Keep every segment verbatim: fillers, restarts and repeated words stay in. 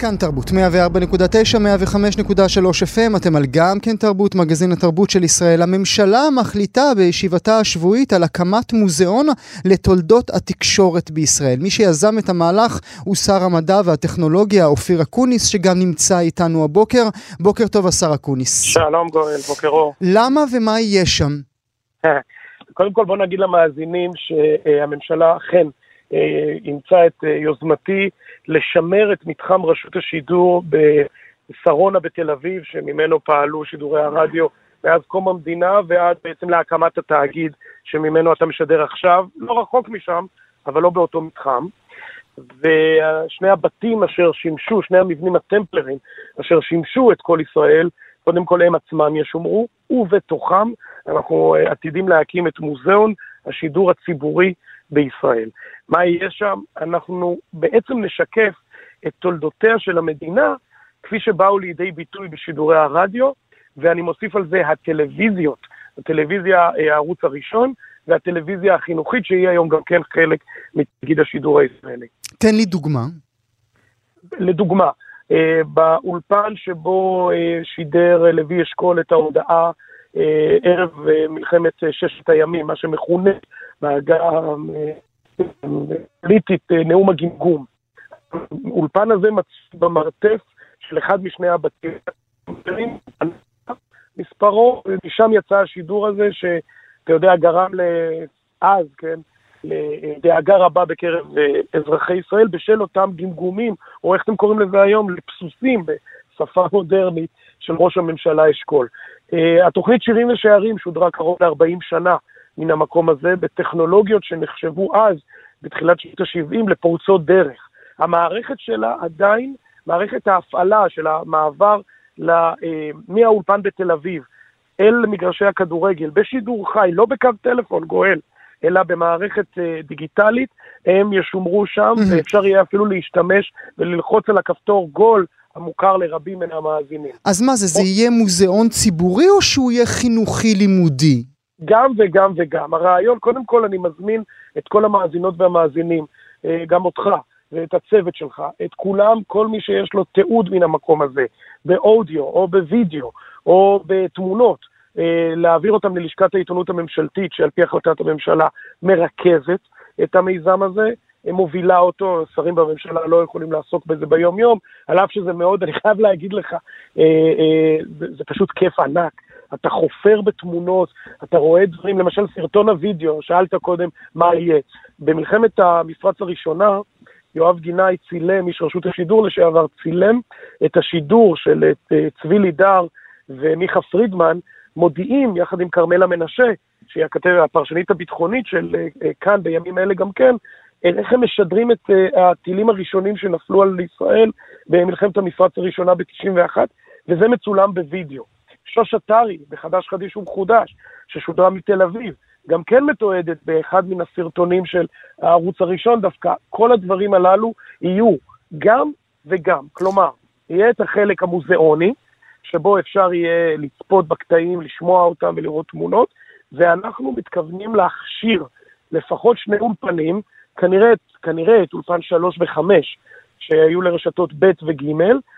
כאן תרבות, מאה וארבע נקודה תשע, מאה וחמש נקודה שלוש אף אם, אתם על גם כן תרבות, מגזין התרבות של ישראל. הממשלה מחליטה בישיבתה השבועית על הקמת מוזיאון לתולדות התקשורת בישראל. מי שיזם את המהלך הוא שר המדע והטכנולוגיה, אופיר אקוניס, שגם נמצא איתנו הבוקר. בוקר טוב, השר אקוניס. שלום גואל, בוקר אור. למה ומה יהיה שם? קודם כל בוא נגיד למאזינים שהממשלה אכן ימצא את יוזמתי לשמר את מתחם רשות השידור בשרונה בתל אביב, שממנו פעלו שידורי הרדיו מאז קום המדינה ועד בעצם להקמת התאגיד שממנו אתה משדר עכשיו, לא רחוק משם, אבל לא באותו מתחם. ושני הבתים אשר שימשו, שני המבנים הטמפלרים אשר שימשו את כל ישראל, קודם כל הם עצמם ישומרו, ובתוכם אנחנו עתידים להקים את מוזיאון השידור הציבורי בישראל. מה יהיה שם? אנחנו בעצם נשקף את תולדותיה של המדינה, כפי שבאו לידי ביטוי בשידורי הרדיו, ואני מוסיף על זה הטלוויזיות, הטלוויזיה הערוץ הראשון, והטלוויזיה החינוכית, שהיא היום גם כן חלק מתאגיד השידור הישראלי. תן לי דוגמה. לדוגמה, באולפן שבו שידר לוי אשכול את ההודעה ערב מלחמת ששת הימים, מה שמכונה בהגה פוליטית נאום הגמגום. האולפן הזה מצוי במרתף של אחד משני הבתים, מספרו, משם יצא השידור הזה שאתה יודע גרם לאז, כן, לדאגה רבה בקרב אזרחי ישראל בשל אותם גמגומים, או איך אתם קוראים לזה היום, לפסוסים בשפה מודרנית של ראש הממשלה אשכול. התוכנית שירים ושערים שודרה קרוב ל-ארבעים שנה מן המקום הזה, בטכנולוגיות שנחשבו אז, בתחילת שנות ה-שבעים, לפורצות דרך. המערכת שלה עדיין, מערכת ההפעלה של המעבר מהאולפן בתל אביב אל מגרשי הכדורגל, בשידור חי, לא בקו טלפון גואל, אלא במערכת דיגיטלית, הם ישומרו שם, ואפשר יהיה אפילו להשתמש וללחוץ על הכפתור גול, המוכר לרבים מן המאזינים. אז מה זה, זה יהיה מוזיאון ציבורי או שהוא יהיה חינוכי לימודי? גם וגם וגם. הרעיון, קודם כל אני מזמין את כל המאזינות והמאזינים, גם אותך ואת הצוות שלך, את כולם, כל מי שיש לו תיעוד מן המקום הזה, באודיו או בווידאו או בתמונות, להעביר אותם ללשכת העיתונות הממשלתית, שעל פי החלטת הממשלה מרכזת את המיזם הזה, מובילה אותו, שרים בממשלה לא יכולים לעסוק בזה ביום יום, על אף שזה מאוד, אני חייב להגיד לך, אה, אה, זה, זה פשוט כיף ענק, אתה חופר בתמונות, אתה רואה דברים, למשל סרטון הוידאו, שאלת קודם מה יהיה, במלחמת המפרץ הראשונה, יואב גינאי צילם, איש רשות השידור לשעבר, צילם את השידור של את, צבי לידר ומיכה פרידמן, מודיעים יחד עם קרמלה מנשה, שהיא הכתבת הפרשנית הביטחונית של כאן בימים אלה גם כן, איך הם משדרים את uh, הטילים הראשונים שנפלו על ישראל במלחמת המפרץ הראשונה ב-תשעים ואחת, וזה מצולם בווידאו. שוש אתרי, בחדש חדיש ומחודש, ששודרה מתל אביב, גם כן מתועדת באחד מן הסרטונים של הערוץ הראשון, דווקא כל הדברים הללו יהיו גם וגם. כלומר, יהיה את החלק המוזיאוני, שבו אפשר יהיה לצפות בקטעים, לשמוע אותם ולראות תמונות, ואנחנו מתכוונים להכשיר לפחות שני אולפנים, כנראה, כנראה את אולפן שלוש וחמש, שהיו לרשתות ב' וג',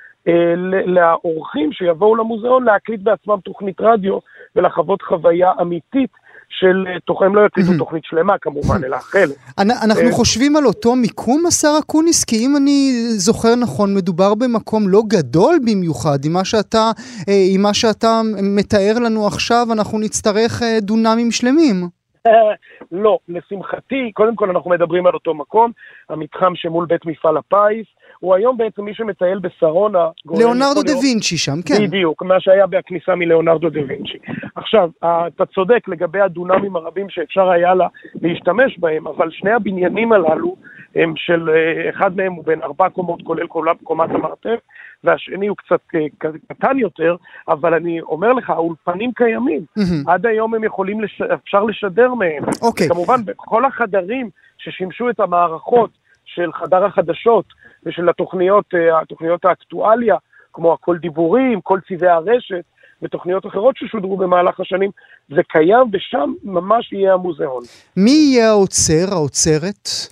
לאורחים שיבואו למוזיאון להקליט בעצמם תוכנית רדיו, ולחוות חוויה אמיתית של תוכן, לא יקליטו תוכנית שלמה כמובן, אלא חלק. אנחנו חושבים על אותו מיקום, השר אקוניס, כי אם אני זוכר נכון, מדובר במקום לא גדול במיוחד, עם מה שאתה, עם מה שאתה מתאר לנו עכשיו, אנחנו נצטרך דונמים שלמים. לא, לשמחתי, קודם כל אנחנו מדברים על אותו מקום, המתחם שמול בית מפעל הפיס, הוא היום בעצם מי שמטייל בשרונה. ליאונרדו דה וינצ'י שם, כן. בדיוק, מה שהיה בהכניסה מליאונרדו דה וינצ'י. עכשיו, אתה צודק לגבי הדונמים הרבים שאפשר היה לה להשתמש בהם, אבל שני הבניינים הללו, הם של, אחד מהם הוא בין ארבע קומות, כולל קומת המרתף, והשני הוא קצת קטן יותר, אבל אני אומר לך, האולפנים קיימים. עד היום הם יכולים, לש... אפשר לשדר מהם. אוקיי. כמובן, בכל החדרים ששימשו את המערכות של חדר החדשות, ושל התוכניות, התוכניות האקטואליה, כמו הכל דיבורים, כל צבעי הרשת, ותוכניות אחרות ששודרו במהלך השנים, זה קיים, ושם ממש יהיה המוזיאון. מי יהיה העוצר, העוצרת?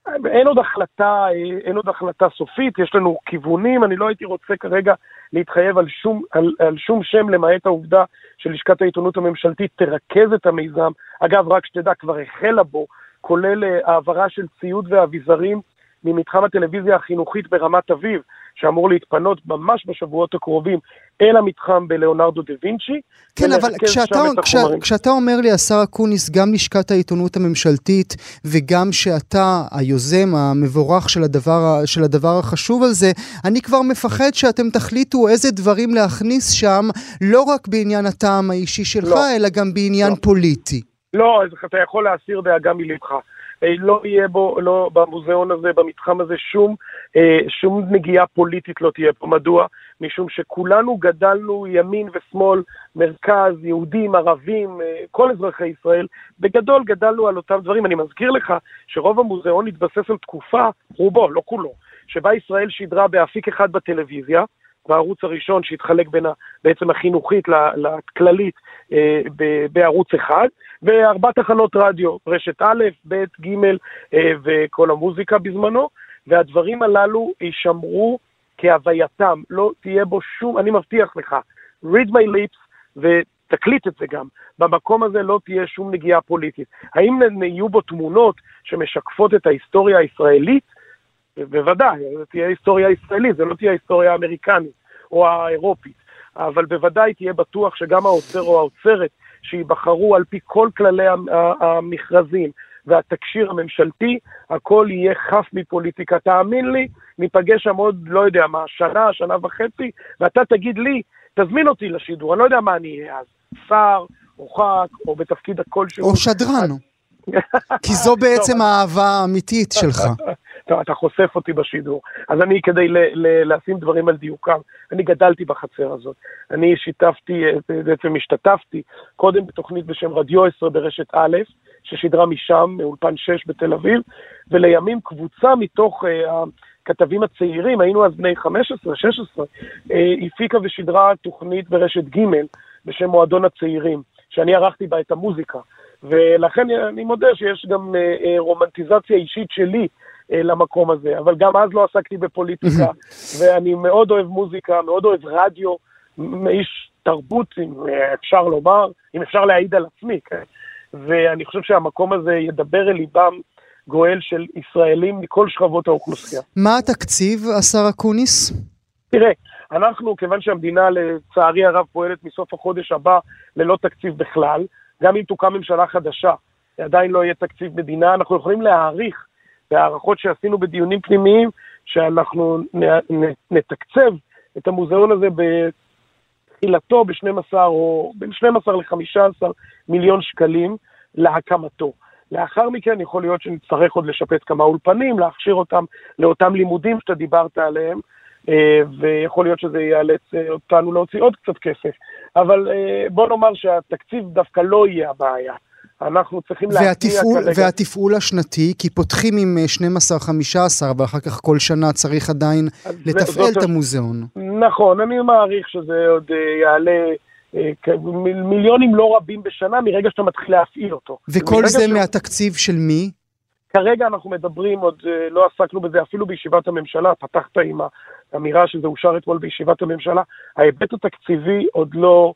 אין עוד החלטה, אין עוד החלטה סופית, יש לנו כיוונים, אני לא הייתי רוצה כרגע להתחייב על שום, על, על שום שם, למעט העובדה של לשכת העיתונות הממשלתית תרכז את המיזם. אגב, רק שתדע, כבר החלה בו, כולל העברה של ציוד ואביזרים ממתחם הטלוויזיה החינוכית ברמת אביב, שאמור להתפנות ממש בשבועות הקרובים אל המתחם בלאונרדו דה וינצ'י. כן, אבל כשאתה, כש, כשאתה אומר לי, השר אקוניס, גם לשכת העיתונות הממשלתית, וגם שאתה היוזם המבורך של הדבר, של הדבר החשוב הזה, אני כבר מפחד שאתם תחליטו איזה דברים להכניס שם, לא רק בעניין הטעם האישי שלך, לא. אלא גם בעניין לא. פוליטי. לא, אז אתה יכול להסיר דאגה מלבך. לא יהיה בו, לא, במוזיאון הזה, במתחם הזה, שום, שום נגיעה פוליטית לא תהיה פה. מדוע? משום שכולנו גדלנו ימין ושמאל, מרכז, יהודים, ערבים, כל אזרחי ישראל, בגדול גדלנו על אותם דברים. אני מזכיר לך שרוב המוזיאון התבסס על תקופה, רובו, לא כולו, שבה ישראל שידרה באפיק אחד בטלוויזיה, בערוץ הראשון שהתחלק בין בעצם החינוכית לכללית בערוץ אחד, וארבע תחנות רדיו, רשת א', ב', ג' וכל המוזיקה בזמנו, והדברים הללו יישמרו כהווייתם, לא תהיה בו שום, אני מבטיח לך, read my lips ותקליט את זה גם, במקום הזה לא תהיה שום נגיעה פוליטית. האם יהיו בו תמונות שמשקפות את ההיסטוריה הישראלית? בוודאי, זה תהיה היסטוריה ישראלית, זה לא תהיה היסטוריה האמריקנית או האירופית, אבל בוודאי תהיה בטוח שגם האוצר או האוצרת שיבחרו על פי כל כללי המכרזים והתקשיר הממשלתי, הכל יהיה חף מפוליטיקה. תאמין לי, ניפגש שם עוד, לא יודע מה, שנה, שנה וחצי, ואתה תגיד לי, תזמין אותי לשידור, אני לא יודע מה אני אהיה אז, שר, או ח"כ, או בתפקיד הכל שהוא. או שדרן. כי זו בעצם האהבה האמיתית שלך. טוב, אתה חושף אותי בשידור. אז אני, כדי ל- ל- לשים דברים על דיוקם, אני גדלתי בחצר הזאת. אני שיתפתי, בעצם השתתפתי, קודם בתוכנית בשם רדיו עשרה ברשת א', ששידרה משם, מאולפן שש בתל אביב, ולימים קבוצה מתוך uh, הכתבים הצעירים, היינו אז בני חמש עשרה שש עשרה, uh, הפיקה ושידרה תוכנית ברשת ג' בשם מועדון הצעירים, שאני ערכתי בה את המוזיקה. ולכן אני מודה שיש גם uh, רומנטיזציה אישית שלי, למקום הזה, אבל גם אז לא עסקתי בפוליטיקה, ואני מאוד אוהב מוזיקה, מאוד אוהב רדיו, איש תרבות, אם אפשר לומר, אם אפשר להעיד על עצמי, כן? ואני חושב שהמקום הזה ידבר אל ליבם גואל של ישראלים מכל שכבות האוכלוסייה. מה התקציב, השר אקוניס? תראה, אנחנו, כיוון שהמדינה לצערי הרב פועלת מסוף החודש הבא ללא תקציב בכלל, גם אם תוקם ממשלה חדשה, עדיין לא יהיה תקציב מדינה, אנחנו יכולים להעריך והערכות שעשינו בדיונים פנימיים, שאנחנו נתקצב את המוזיאון הזה בתחילתו ב-שנים עשר או בין שנים עשר ל-חמישה עשר מיליון שקלים להקמתו. לאחר מכן יכול להיות שנצטרך עוד לשפץ כמה אולפנים, להכשיר אותם לאותם לימודים שאתה דיברת עליהם, ויכול להיות שזה יאלץ אותנו להוציא עוד קצת כסף. אבל בוא נאמר שהתקציב דווקא לא יהיה הבעיה. אנחנו צריכים והתפעול, והתפעול השנתי, כי פותחים עם שנים עשר חמישה עשר, ואחר כך כל שנה צריך עדיין לתפעל את המוזיאון. נכון, אני מעריך שזה עוד יעלה מיליונים לא רבים בשנה, מרגע שאתה מתחיל להפעיל אותו. וכל זה מהתקציב של מי? כרגע אנחנו מדברים, עוד לא עסקנו בזה אפילו בישיבת הממשלה, פתחת עם האמירה שזה אושר אתמול בישיבת הממשלה, ההיבט התקציבי עוד לא...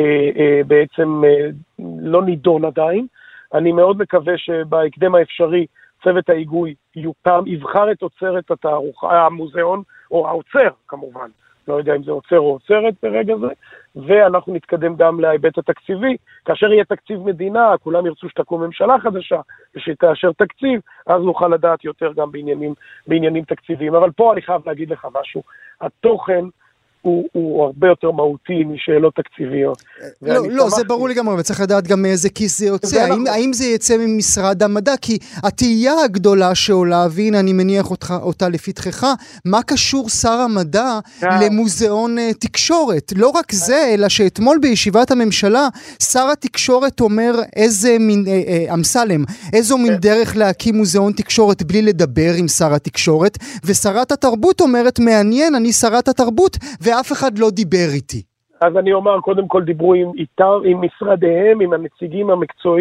בעצם לא נידון עדיין. אני מאוד מקווה שבהקדם האפשרי צוות ההיגוי יוקם, יבחר את אוצרת התערוכה, המוזיאון, או האוצר כמובן, לא יודע אם זה אוצר או אוצרת ברגע זה, ואנחנו נתקדם גם להיבט התקציבי. כאשר יהיה תקציב מדינה, כולם ירצו שתקום ממשלה חדשה, ושתאשר תקציב, אז נוכל לדעת יותר גם בעניינים, בעניינים תקציביים. אבל פה אני חייב להגיד לך משהו, התוכן הוא, הוא הרבה יותר מהותי משאלות תקציביות. לא, לא, זה ברור לי גם, אבל צריך לדעת גם מאיזה כיס זה יוצא. האם, האם זה יצא ממשרד המדע? כי התהייה הגדולה שעולה, והנה אני מניח אותך, אותה לפתחך, מה קשור שר המדע למוזיאון תקשורת? לא רק זה, אלא שאתמול בישיבת הממשלה, שר התקשורת אומר איזה מין, אה, אה, אמסלם, איזו מין דרך להקים מוזיאון תקשורת בלי לדבר עם שר התקשורת, ושרת התרבות אומרת, מעניין, אני שרת התרבות, ואף אחד לא דיבר איתי. אז אני אומר, קודם כל דיברו עם איתם, עם משרדיהם, עם הנציגים המקצועיים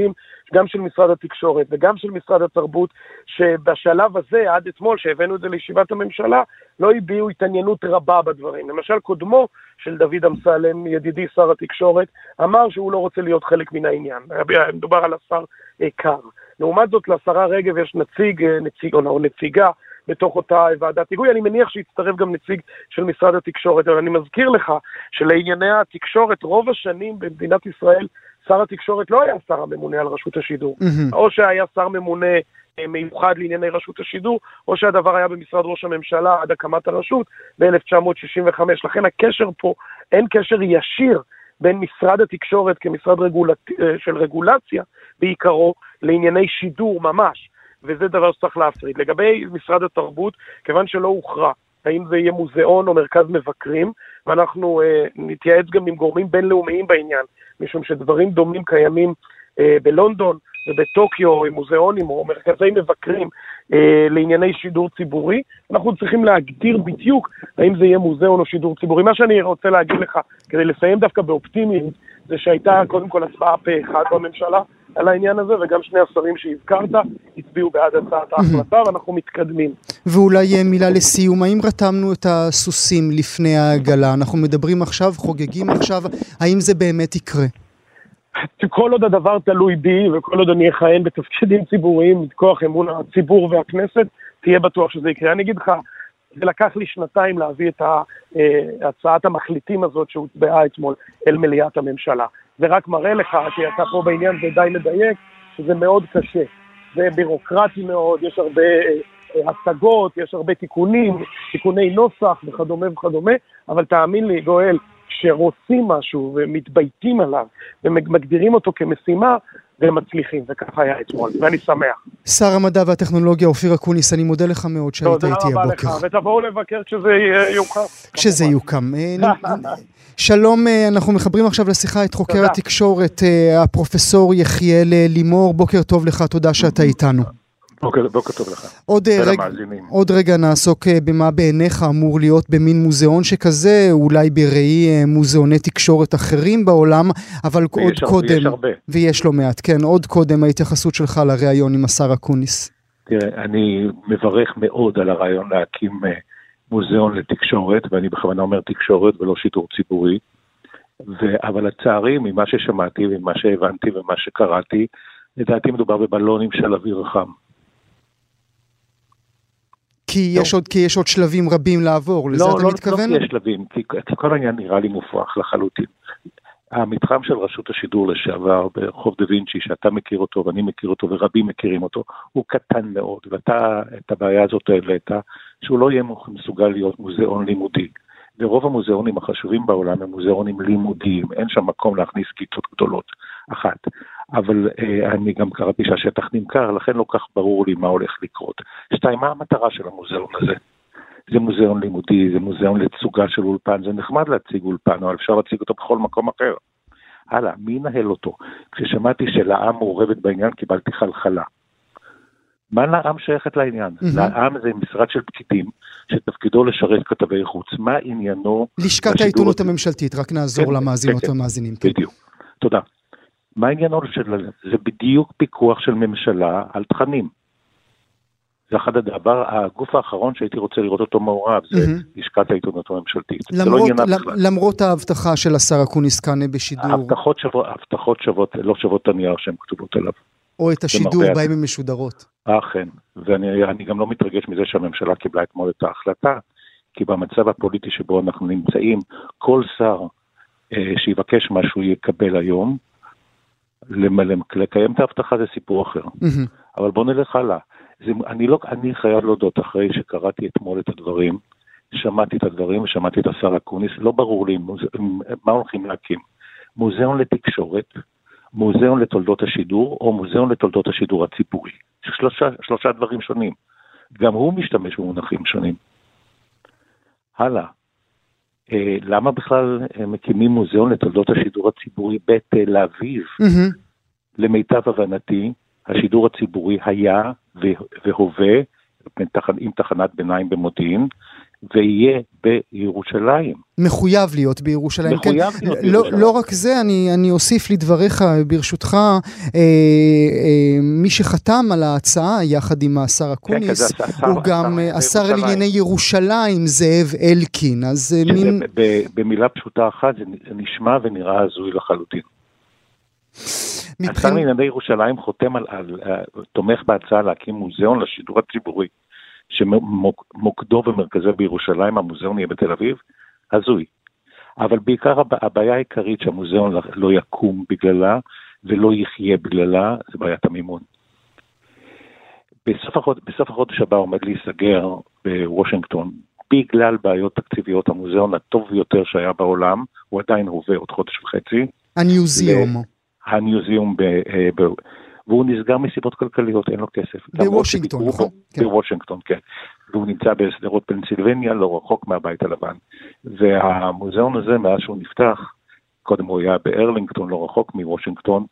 גם של משרד התקשורת וגם של משרד התרבות, שבשלב הזה, עד אתמול, שהבאנו את זה לישיבת הממשלה, לא הביעו התעניינות רבה בדברים. למשל, קודמו של דוד אמסלם, ידידי שר התקשורת, אמר שהוא לא רוצה להיות חלק מן העניין. מדובר על השר קר. לעומת זאת, לשרה רגב יש נציג, נציג או נציגה, בתוך אותה ועדת היגוי. אני מניח שיצטרף גם נציג של משרד התקשורת, אבל אני מזכיר לך שלענייני התקשורת, רוב השנים במדינת ישראל, שר התקשורת לא היה שר הממונה על רשות השידור. Mm-hmm. או שהיה שר ממונה מיוחד לענייני רשות השידור, או שהדבר היה במשרד ראש הממשלה עד הקמת הרשות ב-אלף תשע מאות שישים וחמש. לכן הקשר פה, אין קשר ישיר בין משרד התקשורת כמשרד רגולט... של רגולציה, בעיקרו לענייני שידור ממש. וזה דבר שצריך להפריד. לגבי משרד התרבות, כיוון שלא הוכרע, האם זה יהיה מוזיאון או מרכז מבקרים, ואנחנו אה, נתייעץ גם עם גורמים בינלאומיים בעניין, משום שדברים דומים קיימים אה, בלונדון ובטוקיו, עם מוזיאונים או מרכזי מבקרים אה, לענייני שידור ציבורי. אנחנו צריכים להגדיר בדיוק האם זה יהיה מוזיאון או שידור ציבורי. מה שאני רוצה להגיד לך, כדי לסיים דווקא באופטימיות, זה שהייתה קודם כל הצבעה פה אחד בממשלה על העניין הזה, וגם שני השרים שהזכרת הצביעו בעד הצעת ההחלטה, ואנחנו מתקדמים. ואולי מילה לסיום, האם רתמנו את הסוסים לפני העגלה? אנחנו מדברים עכשיו, חוגגים עכשיו, האם זה באמת יקרה? כל עוד הדבר תלוי בי, וכל עוד אני אכהן בתפקידים ציבוריים, מכוח אמון הציבור והכנסת, תהיה בטוח שזה יקרה. אני אגיד לך, זה לקח לי שנתיים להביא את הצעת המחליטים הזאת שהוצבעה אתמול אל מליאת הממשלה. זה רק מראה לך, כי אתה פה בעניין זה די לדייק, שזה מאוד קשה. זה בירוקרטי מאוד, יש הרבה השגות, יש הרבה תיקונים, תיקוני נוסח וכדומה וכדומה, אבל תאמין לי, גואל, שרוצים משהו ומתבייתים עליו ומגדירים אותו כמשימה, והם מצליחים, וככה היה אתמול, ואני שמח. שר המדע והטכנולוגיה אופיר אקוניס, אני מודה לך מאוד שהיית איתי הבוקר. תודה רבה לך, ותבואו לבקר כשזה יוקם. כשזה יוקם. שלום, אנחנו מחברים עכשיו לשיחה את חוקר התקשורת, הפרופסור יחיאל לימור, בוקר טוב לך, תודה שאתה איתנו. בוקר, בוקר טוב לך. עוד, רג... עוד רגע נעסוק במה בעיניך אמור להיות במין מוזיאון שכזה, אולי בראי מוזיאוני תקשורת אחרים בעולם, אבל עוד ויש קודם, ויש הרבה. ויש לא מעט, כן, עוד קודם ההתייחסות שלך לראיון עם השר אקוניס. תראה, אני מברך מאוד על הרעיון להקים מוזיאון לתקשורת, ואני בכוונה אומר תקשורת ולא שידור ציבורי, ו... אבל לצערי, ממה ששמעתי ומה שהבנתי ומה שקראתי, לדעתי מדובר בבלונים של אוויר חם. כי יש, עוד, כי יש עוד שלבים רבים לעבור, לזה לא, אתה לא, מתכוון? לא כי יש שלבים, כי, כי כל העניין נראה לי מופרך לחלוטין. המתחם של רשות השידור לשעבר ברחוב דה וינצ'י, שאתה מכיר אותו ואני מכיר אותו ורבים מכירים אותו, הוא קטן מאוד, ואתה את הבעיה הזאת העלית, שהוא לא יהיה מסוגל להיות מוזיאון לימודי. ורוב המוזיאונים החשובים בעולם הם מוזיאונים לימודיים, אין שם מקום להכניס כיתות גדולות, אחת. אבל אה, אני גם קראתי שהשטח נמכר, לכן לא כך ברור לי מה הולך לקרות. שתיים, מה המטרה של המוזיאון הזה? זה מוזיאון לימודי, זה מוזיאון לתצוגה של אולפן, זה נחמד להציג אולפן, אבל אפשר להציג אותו בכל מקום אחר. הלאה, מי ינהל אותו? כששמעתי שלעם מעורבת בעניין, קיבלתי חלחלה. מה לעם שייכת לעניין? Mm-hmm. לעם זה משרד של פקידים, שתפקידו לשרת כתבי חוץ. מה עניינו? לשכת העיתונות הממשלתית, רק נעזור כן, למאזינות כן, והמאזינים. כן. בדיוק, תודה. מה עניינו של... זה בדיוק פיקוח של ממשלה על תכנים. זה אחד הדבר, הגוף האחרון שהייתי רוצה לראות אותו מעורב, זה mm-hmm. לשכת העיתונות הממשלתית. למרות, לא למרות ההבטחה של השר אקוניס כאן בשידור. ההבטחות שוות, ההבטחות שוות, לא שוות את הנייר שהן כתובות עליו. או את השידור בהם הן משודרות. אכן, ואני אני גם לא מתרגש מזה שהממשלה קיבלה אתמול את ההחלטה, כי במצב הפוליטי שבו אנחנו נמצאים, כל שר אה, שיבקש משהו יקבל היום, לקיים את ההבטחה זה סיפור אחר. Mm-hmm. אבל בוא נלך הלאה. זה, אני, לא, אני חייב להודות אחרי שקראתי אתמול את הדברים, שמעתי את הדברים ושמעתי את השר אקוניס, לא ברור לי מוז... מה הולכים להקים. מוזיאון לתקשורת, מוזיאון לתולדות השידור, או מוזיאון לתולדות השידור הציבורי. שלושה, שלושה דברים שונים. גם הוא משתמש במונחים שונים. הלאה. אה, למה בכלל מקימים מוזיאון לתולדות השידור הציבורי בתל אביב? Mm-hmm. למיטב הבנתי, השידור הציבורי היה והווה עם תחנת ביניים במודיעין, ויהיה בירושלים. מחויב להיות בירושלים. מחויב כן. להיות לא, בירושלים. לא רק זה, אני, אני אוסיף לדבריך, ברשותך, אה, אה, מי שחתם על ההצעה, יחד עם השר אקוניס, כן, השר, הוא השר, גם השר השר לענייני ירושלים, זאב אלקין. אז מין... ב, ב, במילה פשוטה אחת, זה נשמע ונראה הזוי לחלוטין. השר לענייני ירושלים חותם על, על, על, תומך בהצעה להקים מוזיאון לשידור הציבורי, שמוקדו ומרכזו בירושלים, המוזיאון יהיה בתל אביב, הזוי. אבל בעיקר הבעיה העיקרית שהמוזיאון לא יקום בגללה, ולא יחיה בגללה, זה בעיית המימון. בסוף החודש, בסוף החודש הבא עומד להיסגר בוושינגטון, בגלל בעיות תקציביות, המוזיאון הטוב ביותר שהיה בעולם, הוא עדיין הווה עוד חודש וחצי. הניוזיום. הניוזיום ב... ב והוא נסגר מסיבות כלכליות, אין לו כסף. בוושינגטון, נכון? בוושינגטון, כן. והוא נמצא בסדרות פנסילבניה, לא רחוק מהבית הלבן. והמוזיאון הזה, מאז שהוא נפתח, קודם הוא היה בארלינגטון, לא רחוק מוושינגטון,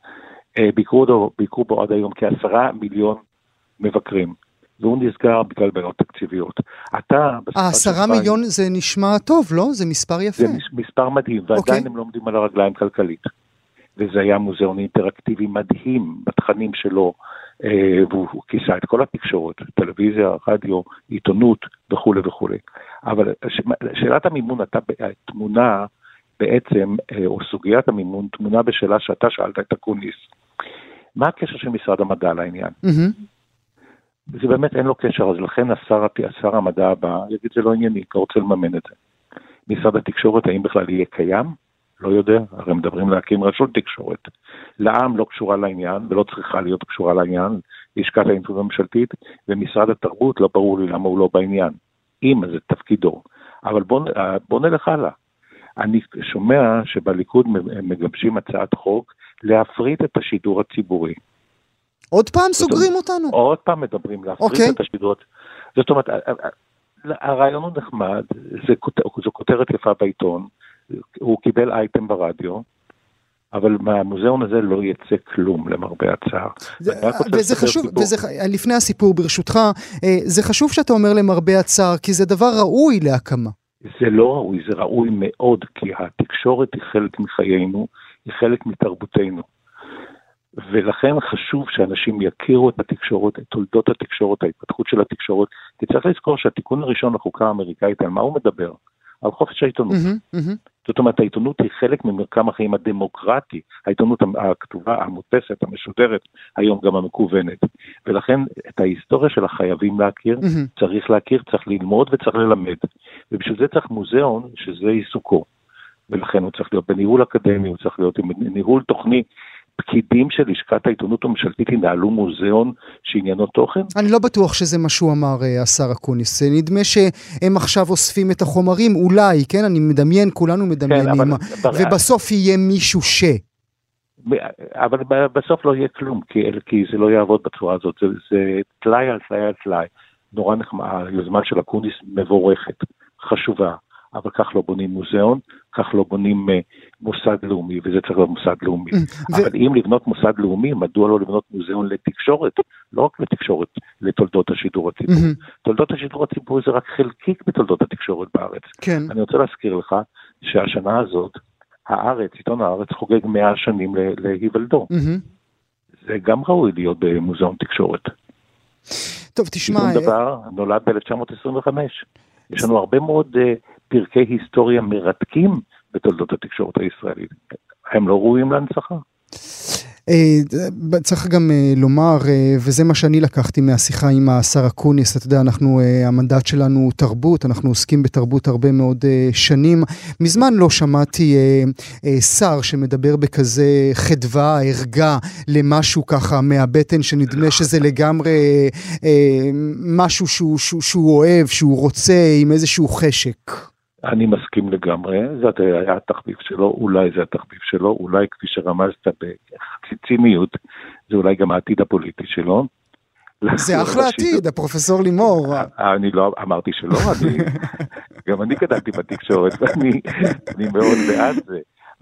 ביקרו בו עד היום כעשרה מיליון מבקרים. והוא נסגר בגלל בעיות תקציביות. אתה... העשרה מיליון זה נשמע טוב, לא? זה מספר יפה. זה מספר מדהים, ועדיין הם לא עומדים על הרגליים כלכלית. וזה היה מוזיאון אינטראקטיבי מדהים בתכנים שלו, אה, והוא כיסה את כל התקשורת, טלוויזיה, רדיו, עיתונות וכו' וכו'. אבל ש, שאלת המימון, אתה, התמונה בעצם, אה, או סוגיית המימון, תמונה בשאלה שאתה שאלת את אקוניס. מה הקשר של משרד המדע לעניין? Mm-hmm. זה באמת אין לו קשר, אז לכן השר, השר המדע הבא יגיד זה לא ענייני, כי רוצה לממן את זה. משרד התקשורת, האם בכלל יהיה קיים? לא יודע, הרי מדברים להקים רשות תקשורת. לעם לא קשורה לעניין, ולא צריכה להיות קשורה לעניין, לשכת האינטרנט הממשלתית, ומשרד התרבות לא ברור לי למה הוא לא בעניין. אם זה תפקידו. אבל בוא, בוא נלך הלאה. אני שומע שבליכוד מגבשים הצעת חוק להפריט את השידור הציבורי. עוד פעם סוגרים אותנו? עוד פעם מדברים להפריט את השידור. זאת אומרת, הרעיון הוא נחמד, זו כותרת יפה בעיתון, הוא קיבל אייטם ברדיו, אבל מהמוזיאון הזה לא יצא כלום למרבה הצער. וזה חשוב, לפני הסיפור ברשותך, זה חשוב שאתה אומר למרבה הצער, כי זה דבר ראוי להקמה. זה לא ראוי, זה ראוי מאוד, כי התקשורת היא חלק מחיינו, היא חלק מתרבותנו. ולכן חשוב שאנשים יכירו את התקשורת, את תולדות התקשורת, ההתפתחות של התקשורת, כי צריך לזכור שהתיקון הראשון לחוקה האמריקאית, על מה הוא מדבר? על חופש העיתונות. Mm-hmm, mm-hmm. זאת אומרת, העיתונות היא חלק ממרקם החיים הדמוקרטי, העיתונות הכתובה, המודפסת, המשודרת, היום גם המקוונת. ולכן את ההיסטוריה של החייבים להכיר, mm-hmm. צריך להכיר, צריך ללמוד וצריך ללמד. ובשביל זה צריך מוזיאון שזה עיסוקו. ולכן הוא צריך להיות בניהול אקדמי, הוא צריך להיות בניהול תוכני, פקידים של לשכת העיתונות הממשלתית ינהלו מוזיאון שעניינו תוכן? אני לא בטוח שזה מה שהוא אמר, השר אקוניס. נדמה שהם עכשיו אוספים את החומרים, אולי, כן? אני מדמיין, כולנו מדמיינים. כן, אבל... ובסוף יהיה מישהו ש... אבל בסוף לא יהיה כלום, כי, כי זה לא יעבוד בצורה הזאת. זה, זה תלאי על תלאי על תלאי. נורא נחמד, היוזמה של אקוניס מבורכת, חשובה. אבל כך לא בונים מוזיאון, כך לא בונים uh, מוסד לאומי, וזה צריך להיות מוסד לאומי. ו... אבל אם לבנות מוסד לאומי, מדוע לא לבנות מוזיאון לתקשורת? לא רק לתקשורת, לתולדות השידור הציבורי. Mm-hmm. תולדות השידור הציבורי זה רק חלקיק בתולדות התקשורת בארץ. כן. אני רוצה להזכיר לך שהשנה הזאת, הארץ, עיתון הארץ, חוגג מאה שנים להיוולדו. Mm-hmm. זה גם ראוי להיות במוזיאון תקשורת. טוב, תשמע... עיתון דבר נולד ב-אלף תשע מאות עשרים וחמש. יש לנו הרבה מאוד... Uh, פרקי היסטוריה מרתקים בתולדות התקשורת הישראלית. הם לא ראויים להנצחה. צריך גם לומר, וזה מה שאני לקחתי מהשיחה עם השר אקוניס, אתה יודע, אנחנו, המנדט שלנו הוא תרבות, אנחנו עוסקים בתרבות הרבה מאוד שנים. מזמן לא שמעתי שר שמדבר בכזה חדווה, הרגע למשהו ככה מהבטן, שנדמה שזה לגמרי משהו שהוא, שהוא, שהוא אוהב, שהוא רוצה, עם איזשהו חשק. אני מסכים לגמרי, זה היה התחביב שלו, אולי זה התחביב שלו, אולי כפי שרמזת בציניות, זה אולי גם העתיד הפוליטי שלו. זה אחלה עתיד, הפרופסור לימור. אני לא אמרתי שלא, גם אני גדלתי בתקשורת, ואני מאוד בעד זה,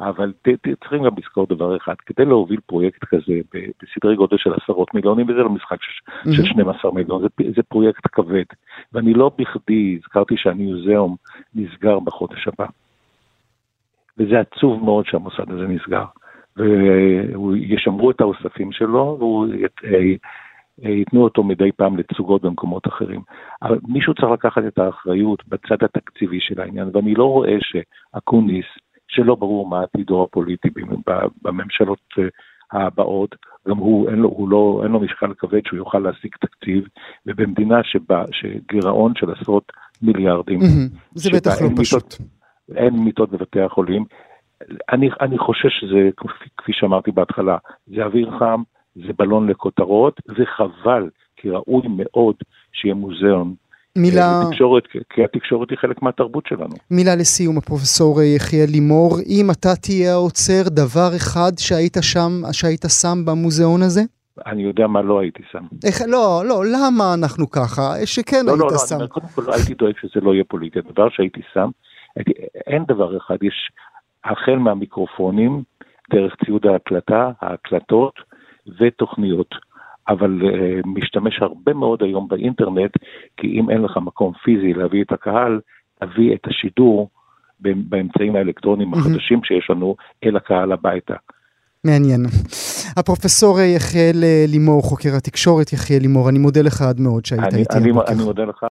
אבל צריכים גם לזכור דבר אחד, כדי להוביל פרויקט כזה בסדרי גודל של עשרות מיליונים, וזה לא משחק של שנים עשר מיליון, זה פרויקט כבד. ואני לא בכדי, הזכרתי שהמיוזיאום נסגר בחודש הבא. וזה עצוב מאוד שהמוסד הזה נסגר. וישמרו את האוספים שלו, והוא ייתנו אותו מדי פעם לתצוגות במקומות אחרים. אבל מישהו צריך לקחת את האחריות בצד התקציבי של העניין, ואני לא רואה שאקוניס, שלא ברור מה עתידו הפוליטי בממשלות הבאות, גם הוא, אין לו, הוא לא, אין לו משקל כבד שהוא יוכל להשיג תקציב, ובמדינה שבה, שגירעון של עשרות מיליארדים, זה בטח לא פשוט. אין מיטות בבתי החולים, אני, אני חושש שזה, כפי שאמרתי בהתחלה, זה אוויר חם, זה בלון לכותרות, וחבל, כי ראוי מאוד שיהיה מוזיאון, מילה... התקשורת, כי התקשורת היא חלק מהתרבות שלנו. מילה לסיום, הפרופסור יחיאל לימור, אם אתה תהיה עוצר דבר אחד שהיית שם, שהיית שם במוזיאון הזה? אני יודע מה לא הייתי שם. איך, לא, לא, למה אנחנו ככה? שכן לא, היית לא, לא, שם. אני, קודם כל לא הייתי דואג שזה לא יהיה פוליטי. הדבר שהייתי שם, הייתי, אין דבר אחד, יש החל מהמיקרופונים, דרך ציוד ההקלטה, ההקלטות ותוכניות. אבל uh, משתמש הרבה מאוד היום באינטרנט, כי אם אין לך מקום פיזי להביא את הקהל, תביא את השידור באמצעים האלקטרוניים החדשים שיש לנו אל הקהל הביתה. מעניין. הפרופסור יחיאל לימור, חוקר התקשורת יחיאל לימור, אני מודה לך עד מאוד שהיית איתי. אני, אני מודה לך.